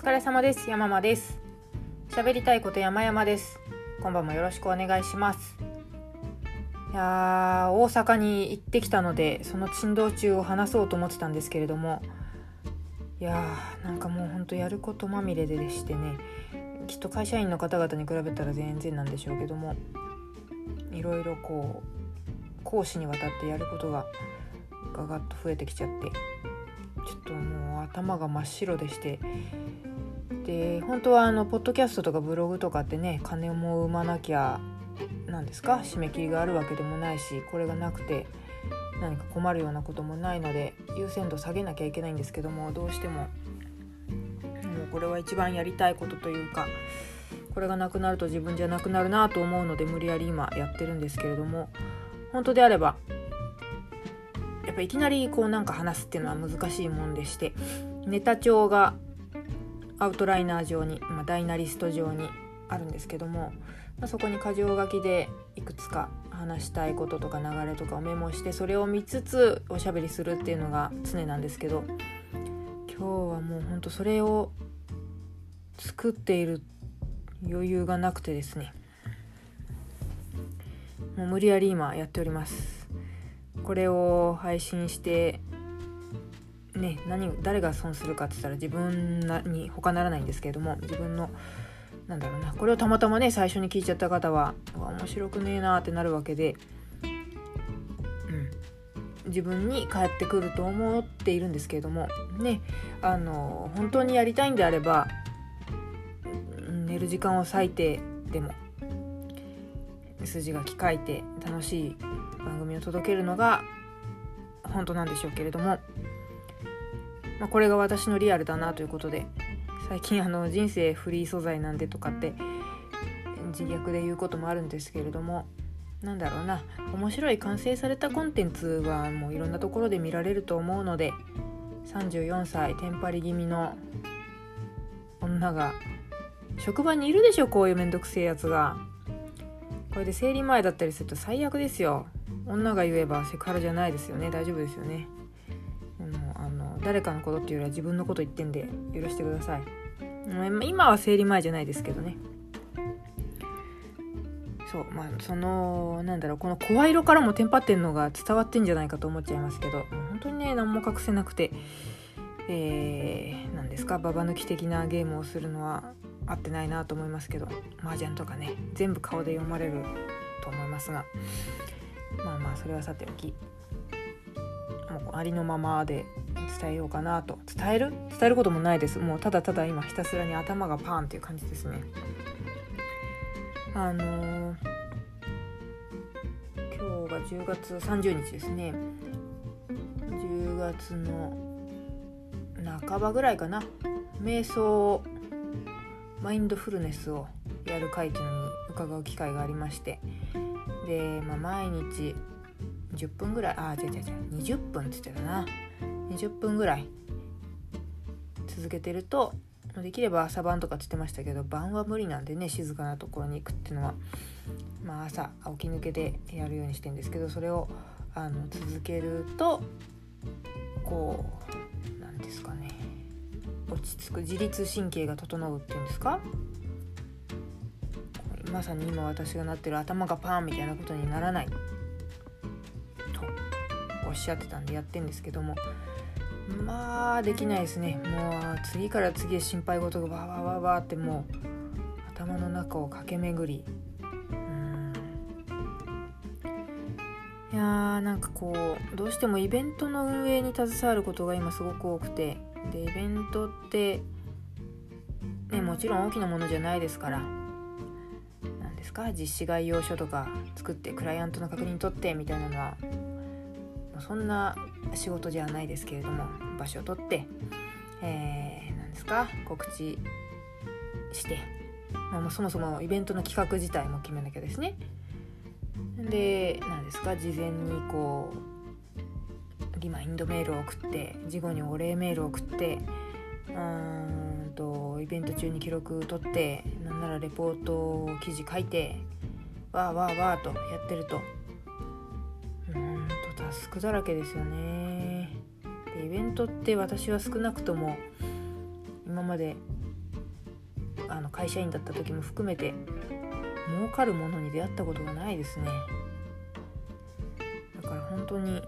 疲れ様です。山間です。喋りたいこと山々です。今晩もよろしくお願いします。いや大阪に行ってきたので、その珍道中を話そうと思ってたんですけれども、なんかもうほんとやることまみれでしてね、きっと会社員の方々に比べたら全然なんでしょうけども、いろいろ講師にわたってやることがガガッと増えてきちゃって、ちょっともう頭が真っ白でして、で本当はポッドキャストとかブログとかってね、金も生まなきゃなんですか締め切りがあるわけでもないし、これがなくて何か困るようなこともないので優先度下げなきゃいけないんですけども、どうしてももうこれは一番やりたいことというか、これがなくなると自分じゃなくなるなと思うので無理やり今やってるんですけれども、本当であればやっぱいきなりなんか話すっていうのは難しいもんでして、ネタ帳がアウトライナー上に、ダイナリスト上にあるんですけども、そこに箇条書きでいくつか話したいこととか流れとかをメモして、それを見つつおしゃべりするっていうのが常なんですけど、今日はもうほんとそれを作っている余裕がなくてですね、もう無理やり今やっております。これを配信してね、誰が損するかって言ったら自分に他ならないんですけれども、自分のこれをたまたまね最初に聞いちゃった方は面白くねえなってなるわけで、自分に返ってくると思っているんですけれどもね、本当にやりたいんであれば寝る時間を割いてでも筋書き書いて楽しい番組を届けるのが本当なんでしょうけれども、これが私のリアルだなということで、最近人生フリー素材なんでとかって自虐で言うこともあるんですけれども、面白い完成されたコンテンツはもういろんなところで見られると思うので、34歳テンパり気味の女が職場にいるでしょ、こういうめんどくせえやつが。これで生理前だったりすると最悪ですよ。女が言えばセクハラじゃないですよね。大丈夫ですよね。誰かのことっていうよりは自分のこと言ってんで許してください。今は生理前じゃないですけどね。そうこの声色からもテンパってんのが伝わってんじゃないかと思っちゃいますけど、本当にね何も隠せなくて、ババ抜き的なゲームをするのは合ってないなと思いますけど、麻雀とかね全部顔で読まれると思いますが、それはさておき、もうありのままで伝えようかなと。伝えることもないです。もうただただ今ひたすらに頭がパーンっていう感じですね。今日が10月30日ですね。10月の半ばぐらいかな、瞑想マインドフルネスをやる会というのに伺う機会がありまして、で、毎日10分ぐらい20分って言ってたな、20分ぐらい続けてると、できれば朝晩とかって言ってましたけど、晩は無理なんでね、静かなところに行くっていうのは、朝起き抜けでやるようにしてるんですけど、それを続けると落ち着く、自律神経が整うっていうんですか、まさに今私がなってる頭がパーンみたいなことにならないとおっしゃってたんでやってんですけども、できないですね。もう次から次へ心配事がわーってもう頭の中を駆け巡り、どうしてもイベントの運営に携わることが今すごく多くて、でイベントってね、もちろん大きなものじゃないですから、実施概要書とか作ってクライアントの確認取ってみたいなのはそんな仕事じゃないですけれども、場所を取って告知して、そもそもイベントの企画自体も決めなきゃですね。で事前にリマインドメールを送って、事後にお礼メールを送って、イベント中に記録取って、なんならレポート記事書いてわーとやってるとタスクだらけですよね。でイベントって私は少なくとも今まで会社員だった時も含めて儲かるものに出会ったことがないですね。だから本当に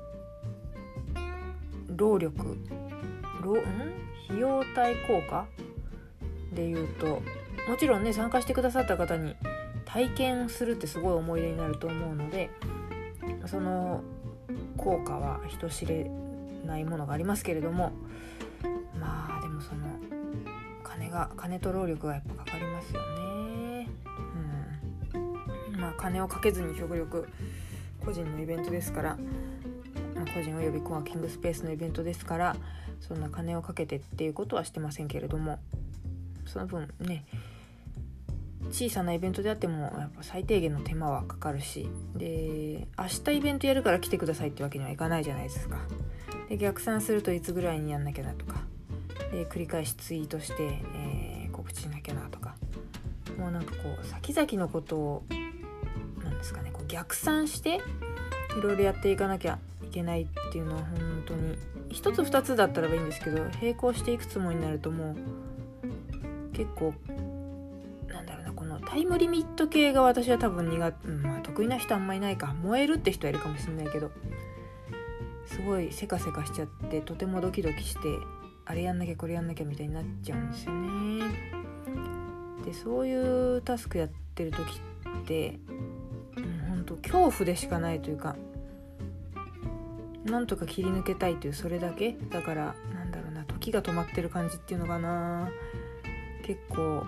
費用対効果でいうと、もちろんね参加してくださった方に体験するってすごい思い出になると思うので、その効果は人知れないものがありますけれども、まあでもその金と労力がやっぱかかりますよね。まあ金をかけずに極力個人のイベントですから、個人およびコワーキングスペースのイベントですから、そんな金をかけてっていうことはしてませんけれども、その分ね小さなイベントであってもやっぱ最低限の手間はかかるし、で明日イベントやるから来てくださいってわけにはいかないじゃないですか。で逆算するといつぐらいにやんなきゃなとか、で繰り返しツイートして、告知しなきゃなとか、もうなんかこう先々のことをなんですかね、こう逆算していろいろやっていかなきゃいけないっていうのは本当に一つ二つだったらばいいんですけど、並行していくつもになるともう結構なんだろうな、このタイムリミット系が私は多分得意な人あんまいないか、燃えるって人はいるかもしれないけど、すごいせかせかしちゃってとてもドキドキして、あれやんなきゃこれやんなきゃみたいになっちゃうんですよね。でそういうタスクやってる時って本当恐怖でしかないというか、なんとか切り抜けたいというそれだけだから、なんだろうな、時が止まってる感じっていうのかな、結構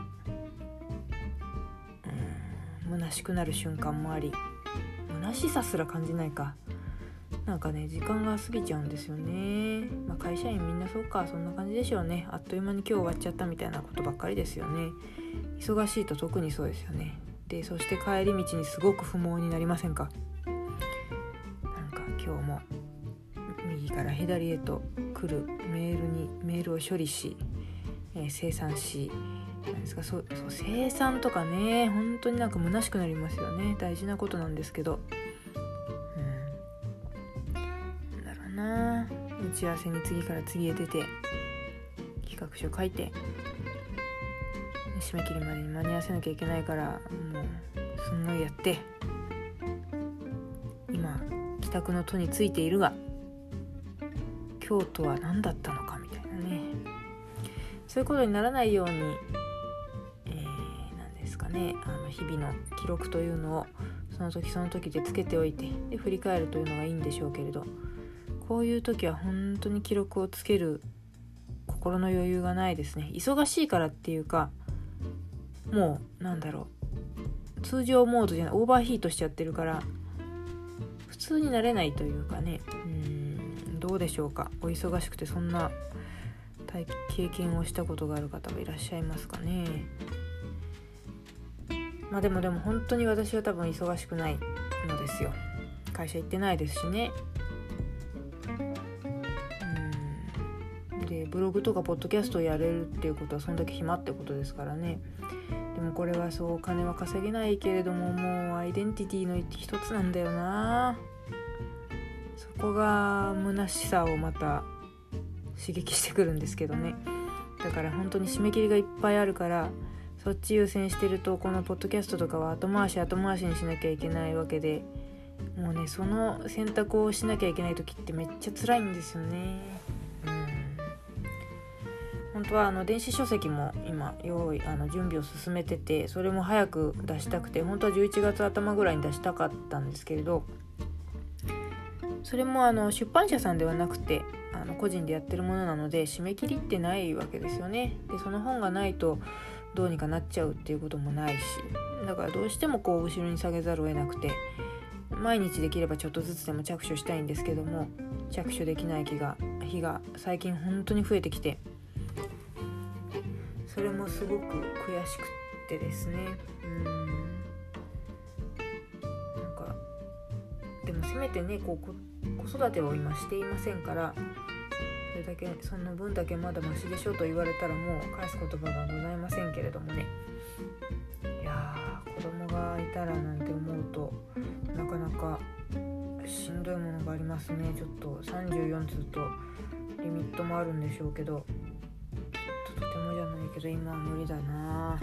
虚しくなる瞬間もあり、虚しさすら感じないか、なんかね時間が過ぎちゃうんですよね。会社員みんなそうか、そんな感じでしょうね。あっという間に今日終わっちゃったみたいなことばっかりですよね。忙しいと特にそうですよね。でそして帰り道にすごく不毛になりませんか。なんか今日も右から左へと来るメールを処理し、生産し、なんですか、そう生産とかね、本当になんか虚しくなりますよね。大事なことなんですけど、なんだろうな、打ち合わせに次から次へ出て企画書書いて締め切りまでに間に合わせなきゃいけないから、もうすんごいやって、今帰宅の途についているが、今日とは何だったのかみたいなね、そういうことにならないように、なんですかね、日々の記録というのをその時その時でつけておいて、で振り返るというのがいいんでしょうけれど、こういう時は本当に記録をつける心の余裕がないですね。忙しいからっていうか、もうなんだろう、通常モードじゃない、オーバーヒートしちゃってるから普通になれないというかね、どうでしょうか。お忙しくてそんな経験をしたことがある方はいらっしゃいますかね。でも本当に私は多分忙しくないのですよ。会社行ってないですしね。でブログとかポッドキャストをやれるっていうことはそんだけ暇ってことですからね。でもこれはそう、お金は稼げないけれども、もうアイデンティティの一つなんだよな。そこが虚しさをまた刺激してくるんですけどね。だから本当に締め切りがいっぱいあるから、そっち優先してると、このポッドキャストとかは後回しにしなきゃいけないわけで、もうねその選択をしなきゃいけない時ってめっちゃ辛いんですよね。本当は電子書籍も今準備を進めてて、それも早く出したくて、本当は11月頭ぐらいに出したかったんですけれど、それも出版社さんではなくて個人でやってるものなので、締め切りってないわけですよね。でその本がないとどうにかなっちゃうっていうこともないし、だからどうしてもこう後ろに下げざるを得なくて、毎日できればちょっとずつでも着手したいんですけども、着手できない日が最近本当に増えてきて、それもすごく悔しくってですね。なんかでもせめてね、子育てを今していませんから、その分だけまだマシでしょと言われたらもう返す言葉がございませんけれどもね。いやー、子供がいたらなんて思うとなかなかしんどいものがありますね。ちょっと34通とリミットもあるんでしょうけど、とてもじゃないけど今は無理だな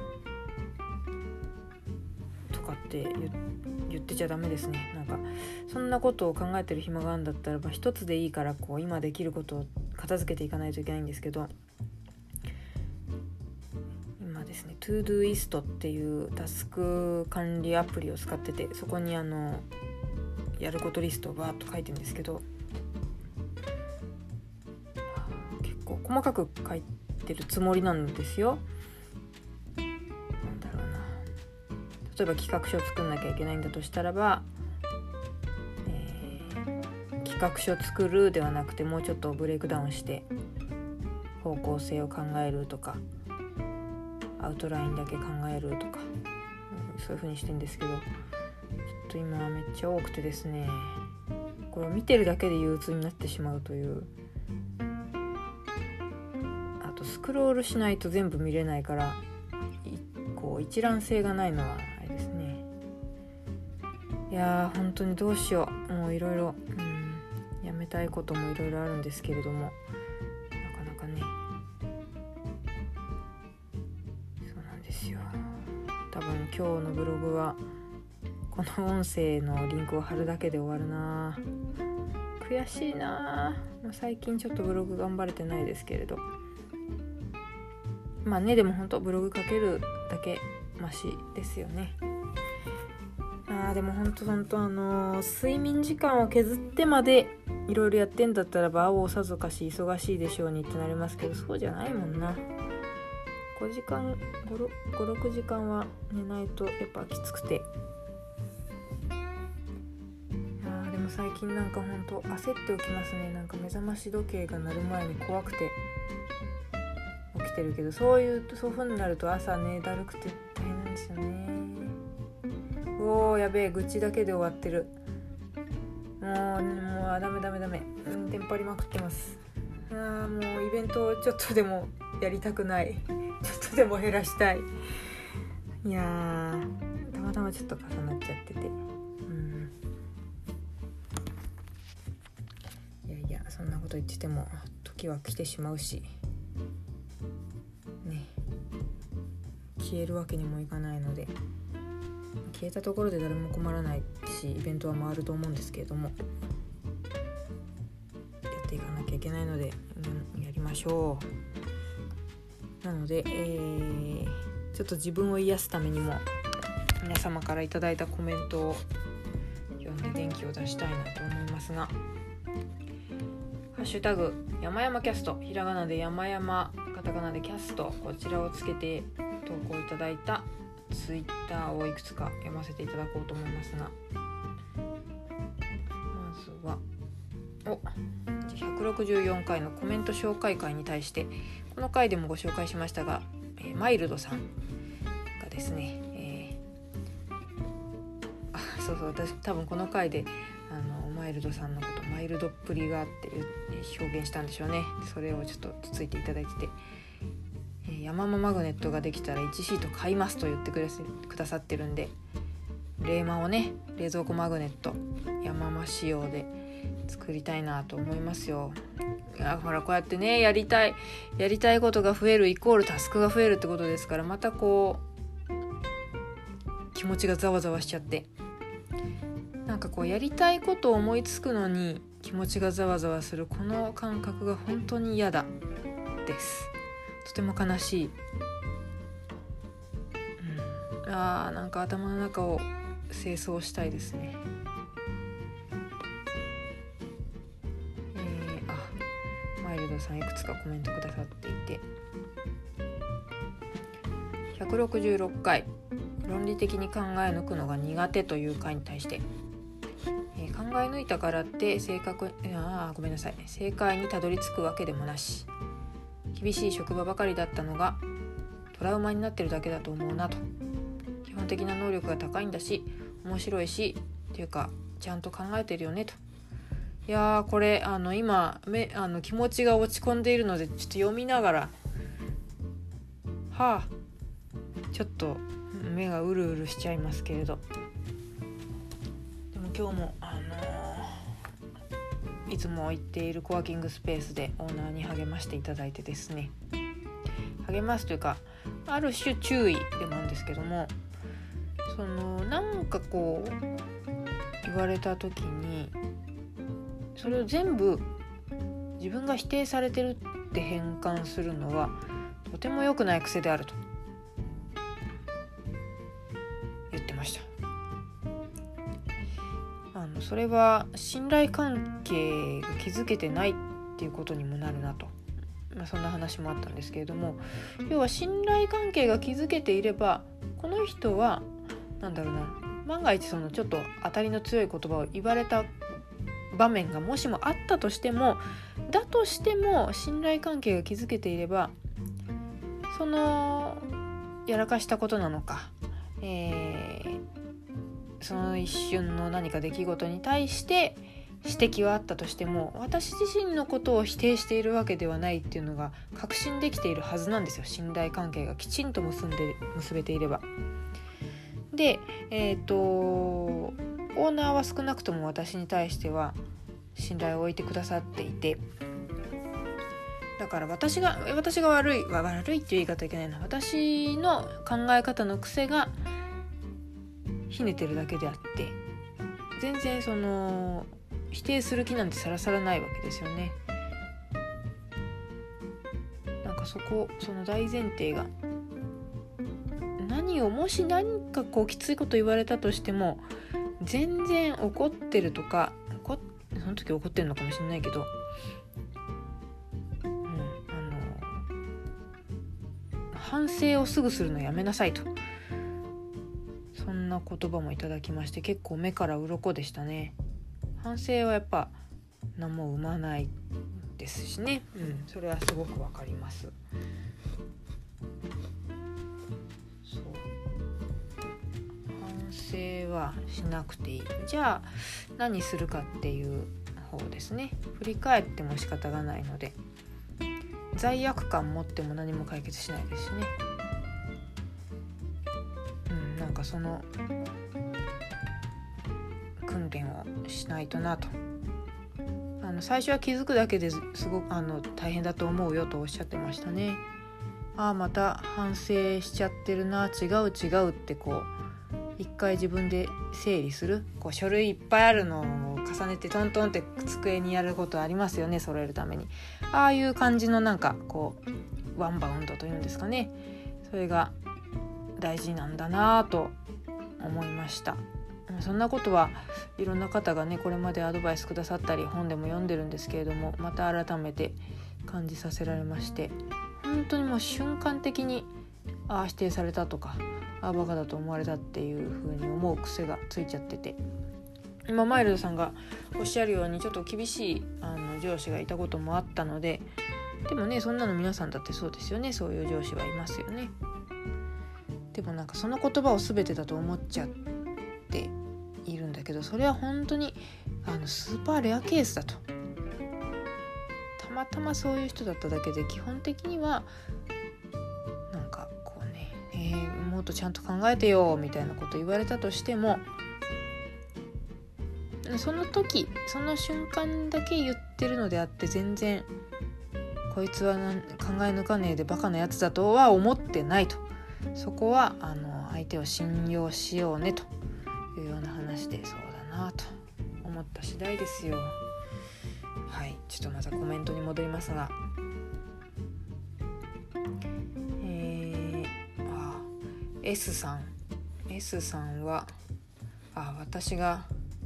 とかって言ってちゃダメですね。なんかそんなことを考えてる暇があるんだったらば一つでいいからこう今できることを片付けていかないといけないんですけど、今ですね Todoist っていうタスク管理アプリを使ってて、そこにやることリストをバーッと書いてるんですけど、結構細かく書いてるつもりなんですよ。なんだろうな、例えば企画書を作んなきゃいけないんだとしたらば、企画書作るではなくてもうちょっとブレイクダウンして方向性を考えるとか、アウトラインだけ考えるとか、そういう風にしてるんですけど、ちょっと今はめっちゃ多くてですね、これを見てるだけで憂鬱になってしまうという、あとスクロールしないと全部見れないからこう一覧性がないのはあれですね。いやー本当にどうしよう、もういろいろやめたいこともいろいろあるんですけれども、なかなかね、そうなんですよ。多分今日のブログはこの音声のリンクを貼るだけで終わるな。悔しいな。最近ちょっとブログ頑張れてないですけれど、まあね、でも本当ブログ書けるだけマシですよね。でも本当睡眠時間を削ってまでいろいろやってんだったらば、おさぞかし忙しいでしょうにってなりますけど、そうじゃないもんな。5時間5、6時間は寝ないとやっぱきつくて、でも最近なんか本当焦って起きますね。なんか目覚まし時計が鳴る前に怖くて起きてるけど、そういう風になると朝ねだるくて大変なんですよね。やべえ、愚痴だけで終わってる。もうダメ、テンパりまくってます。もうイベントをちょっとでもやりたくない、ちょっとでも減らしたい。いやーたまたまちょっと重なっちゃってて、いやそんなこと言ってても時は来てしまうしね、消えるわけにもいかないので、消えたところで誰も困らないし、イベントは回ると思うんですけれども、やっていかなきゃいけないので、やりましょう。なので、ちょっと自分を癒すためにも皆様からいただいたコメントを読んで元気を出したいなと思いますが、ハッシュタグ山々キャスト、ひらがなで山々、カタカナでキャスト、こちらをつけて投稿いただいたツイッターをいくつか読ませていただこうと思いますが、まずは164回のコメント紹介会に対して、この回でもご紹介しましたが、マイルドさんがですね、私多分この回でマイルドさんのことマイルドっぷりがって表現したんでしょうね。それをちょっとつついていただいてて、ヤマママグネットができたら1シート買いますと言ってくださってるんで、冷マをね、冷蔵庫マグネットヤママ仕様で作りたいなと思いますよ。ほらこうやってねやりたいことが増えるイコールタスクが増えるってことですから、またこう気持ちがざわざわしちゃって、なんかこうやりたいことを思いつくのに気持ちがざわざわする、この感覚が本当に嫌だです。とても悲しい。なんか頭の中を清掃したいですね。マイルドさんいくつかコメントくださっていて、166回論理的に考え抜くのが苦手という回に対して、考え抜いたからって正解にたどり着くわけでもなし、厳しい職場ばかりだったのがトラウマになってるだけだと思うなと。基本的な能力が高いんだし面白いしっていうかちゃんと考えてるよねと。いやーこれ今気持ちが落ち込んでいるのでちょっと読みながらちょっと目がうるうるしちゃいますけれど、でも今日もいつも行っているコワーキングスペースでオーナーに励ましていただいてですね、 励ますというか、ある種注意でもあるんですけども、なんかこう言われた時にそれを全部自分が否定されてるって変換するのはとても良くない癖であると言ってました。それは信頼関係が築けてないっていうことにもなるなと、そんな話もあったんですけれども、要は信頼関係が築けていれば、この人は万が一ちょっと当たりの強い言葉を言われた場面がもしもあったとしても、信頼関係が築けていれば、やらかしたことなのか、その一瞬の何か出来事に対して指摘はあったとしても、私自身のことを否定しているわけではないっていうのが確信できているはずなんですよ。信頼関係がきちんと結べていれば。で、オーナーは少なくとも私に対しては信頼を置いてくださっていて、だから私が悪いっていう言い方いけないな、私の考え方の癖がひねてるだけであって、全然否定する気なんてさらさらないわけですよね。なんかその大前提が、もし何かきついこと言われたとしても、全然怒ってるとか、その時怒ってるのかもしれないけど、反省をすぐするのやめなさいと、そんな言葉もいただきまして、結構目から鱗でしたね。反省はやっぱ何も生まないですしね、それはすごくわかります。反省はしなくていい。じゃあ何するかっていう方ですね。振り返っても仕方がないので、罪悪感持っても何も解決しないですしね。なんかその訓練をしないとなと。最初は気づくだけですごく大変だと思うよとおっしゃってましたね。また反省しちゃってるな、違うって一回自分で整理する、書類いっぱいあるのを重ねてトントンって机にやることありますよね、揃えるために。ああいう感じのワンバウンドというんですかね、それが大事なんだなと思いました。そんなことはいろんな方がね、これまでアドバイスくださったり本でも読んでるんですけれども、また改めて感じさせられまして、本当にもう瞬間的に否定されたとか、バカだと思われたっていう風に思う癖がついちゃってて、今マイルドさんがおっしゃるようにちょっと厳しい上司がいたこともあったので、でもね、そんなの皆さんだってそうですよね。そういう上司はいますよね。でもなんかその言葉を全てだと思っちゃっているんだけど、それは本当にスーパーレアケースだと。たまたまそういう人だっただけで、基本的にはなんかもっとちゃんと考えてよみたいなこと言われたとしても、その時その瞬間だけ言ってるのであって、全然こいつは考え抜かねえでバカなやつだとは思ってないと。そこは相手を信用しようねというような話で、そうだなと思った次第ですよ。はい、ちょっとまたコメントに戻りますが、S さんは私が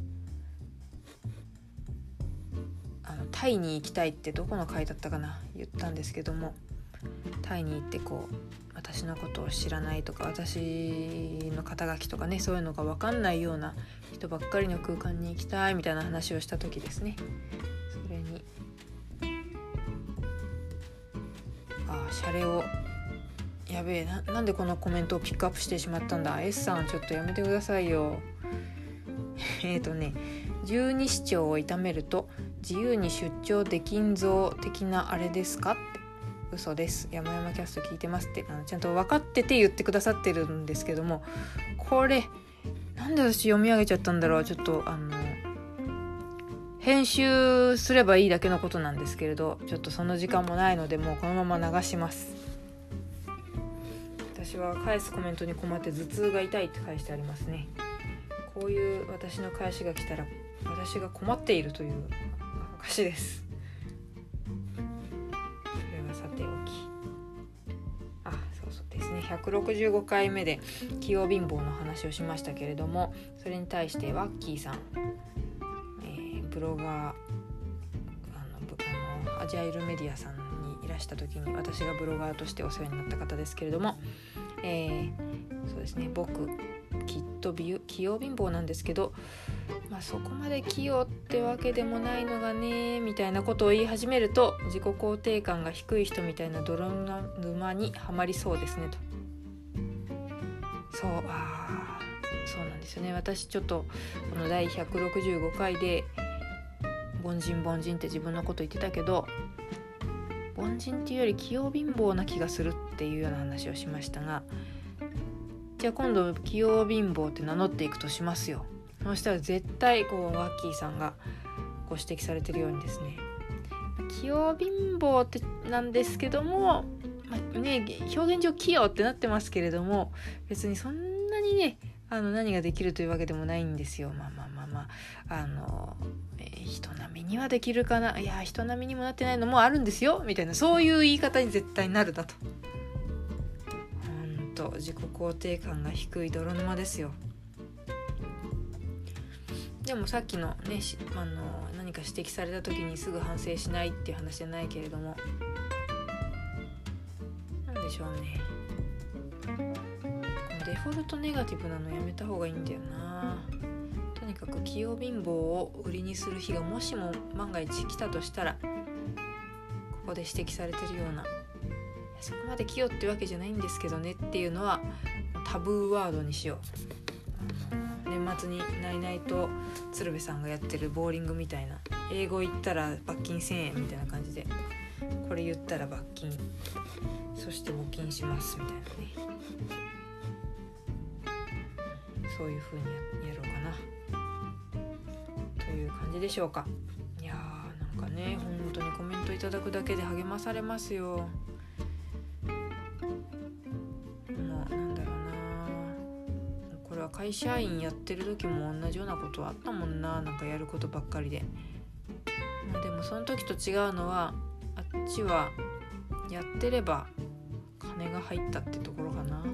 タイに行きたいってどこの回だったかな言ったんですけども、タイに行って私のことを知らないとか、私の肩書きとかね、そういうのが分かんないような人ばっかりの空間に行きたいみたいな話をした時ですね。それにシャレをやべえ なんでこのコメントをピックアップしてしまったんだ。 S さんちょっとやめてくださいよ。十二指腸を痛めると自由に出張できんぞ的なあれですかって。嘘です。山々キャスト聞いてますってちゃんと分かってて言ってくださってるんですけども、これなんで私読み上げちゃったんだろう。ちょっと編集すればいいだけのことなんですけれど、ちょっとその時間もないので、もうこのまま流します。 私は返すコメントに困って頭痛が痛いって返してありますね。こういう私の返しが来たら私が困っているという証です。それはさておき、そうですね、165回目で器用貧乏の話をしましたけれども、それに対してワッキーさん、ブロガーアジャイルメディアさんにいらした時に私がブロガーとしてお世話になった方ですけれども、そうですね、僕きっと器用貧乏なんですけど、そこまで器用ってわけでもないのがねみたいなことを言い始めると、自己肯定感が低い人みたいな泥沼にはまりそうですねと。そうなんですよね。私ちょっとこの第165回で凡人って自分のこと言ってたけど、凡人っていうより器用貧乏な気がするっていうような話をしましたが、じゃあ今度器用貧乏って名乗っていくとしますよ。そしたら絶対ワッキーさんがご指摘されてるようにですね、器用貧乏ってなんですけども、表現上器用ってなってますけれども、別にそんなにね何ができるというわけでもないんですよ。人並みにはできるかな、いや人並みにもなってないのもあるんですよみたいな、そういう言い方に絶対なるだと。自己肯定感が低い泥沼ですよ。でもさっきのね、何か指摘された時にすぐ反省しないっていう話じゃないけれども、なんでしょうね、デフォルトネガティブなのやめた方がいいんだよな。とにかく器用貧乏を売りにする日がもしも万が一来たとしたら、ここで指摘されてるような、そこまで器用ってわけじゃないんですけどねっていうのはタブーワードにしよう。年末にナイナイと鶴瓶さんがやってるボーリングみたいな、英語言ったら罰金1000円みたいな感じで、これ言ったら罰金、そして募金しますみたいなね、そういう風に やろうかなという感じでしょうか。いやーなんかね、本当にコメントいただくだけで励まされますよ。これは会社員やってる時も同じようなことあったもんな、なんかやることばっかりで。でもその時と違うのは、あっちはやってれば金が入ったってところかな。やっ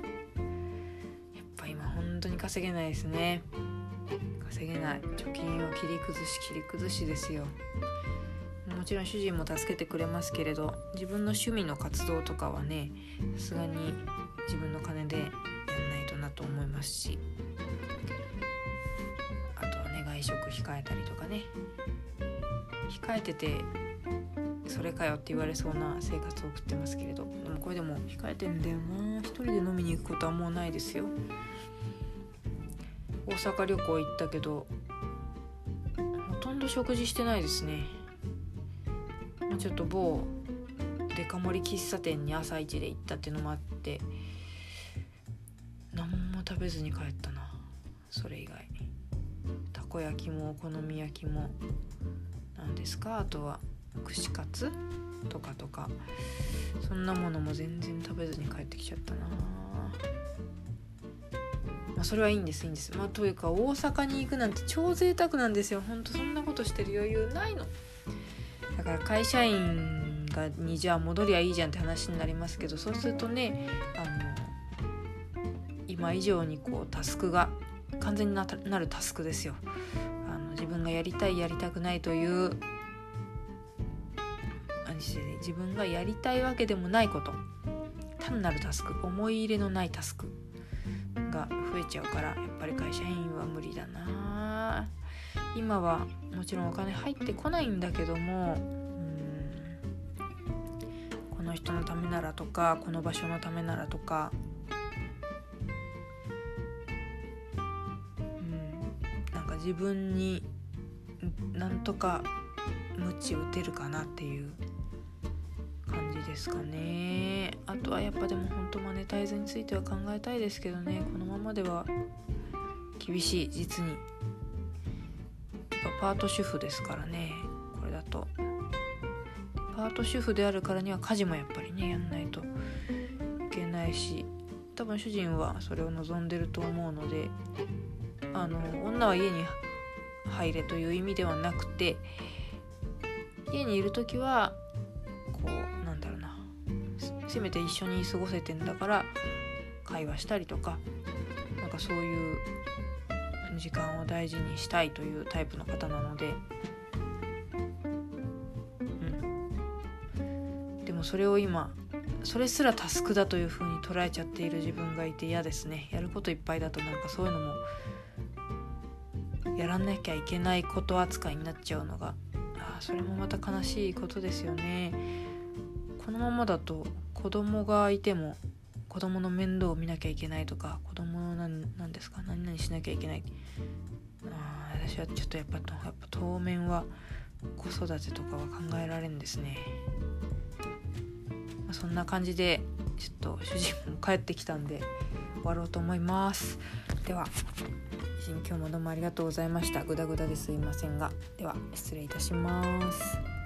ぱ今本当に稼げないですね。稼げない。貯金を切り崩しですよ。もちろん主人も助けてくれますけれど、自分の趣味の活動とかはね、さすがに自分の金でやんないとなと思いますし、あとはね、外食控えたりとかね、控えててそれかよって言われそうな生活を送ってますけれど、でもこれでも控えてんだよな。一人で飲みに行くことはもうないですよ。大阪旅行行ったけどほとんど食事してないですね。ちょっと某デカ盛り喫茶店に朝一で行ったっていうのもあって、何も食べずに帰ったな。それ以外にたこ焼きもお好み焼きも何ですか、あとは串カツとかそんなものも全然食べずに帰ってきちゃったな。それはいいんです。というか大阪に行くなんて超贅沢なんですよ。ほんとそんなことしてる余裕ないの。だから会社員にじゃあ戻りゃいいじゃんって話になりますけど、そうするとね、今以上にタスクが完全になるタスクですよ。自分がやりたいやりたくないという自分がやりたいわけでもないこと、単なるタスク、思い入れのないタスクが増えちゃうから、やっぱり会社員は無理だな。今はもちろんお金入ってこないんだけども、この人のためならとか、この場所のためならとか、なんか自分になんとか鞭打てるかなっていう感じですかね。あとはやっぱでも本当マネタイズについては考えたいですけどね、このままでは厳しい。実にパート主婦ですからね。これだとパート主婦であるからには家事もやっぱりねやんないといけないし、 多分主人はそれを望んでると思うので、女は家に入れという意味ではなくて、家にいるときはこうなんだろうな、せめて一緒に過ごせてんだから会話したりとか、なんかそういう時間を大事にしたいというタイプの方なので、でもそれを今それすらタスクだという風に捉えちゃっている自分がいて嫌ですね。やることいっぱいだとなんかそういうのもやらなきゃいけないこと扱いになっちゃうのが、それもまた悲しいことですよね。このままだと子供がいても子供の面倒を見なきゃいけないとか、子供の何ですか、何々しなきゃいけない。私はちょっとやっぱ当面は子育てとかは考えられんですね。そんな感じでちょっと主人も帰ってきたんで終わろうと思います。では今日もどうもありがとうございました。グダグダですいませんが、では失礼いたします。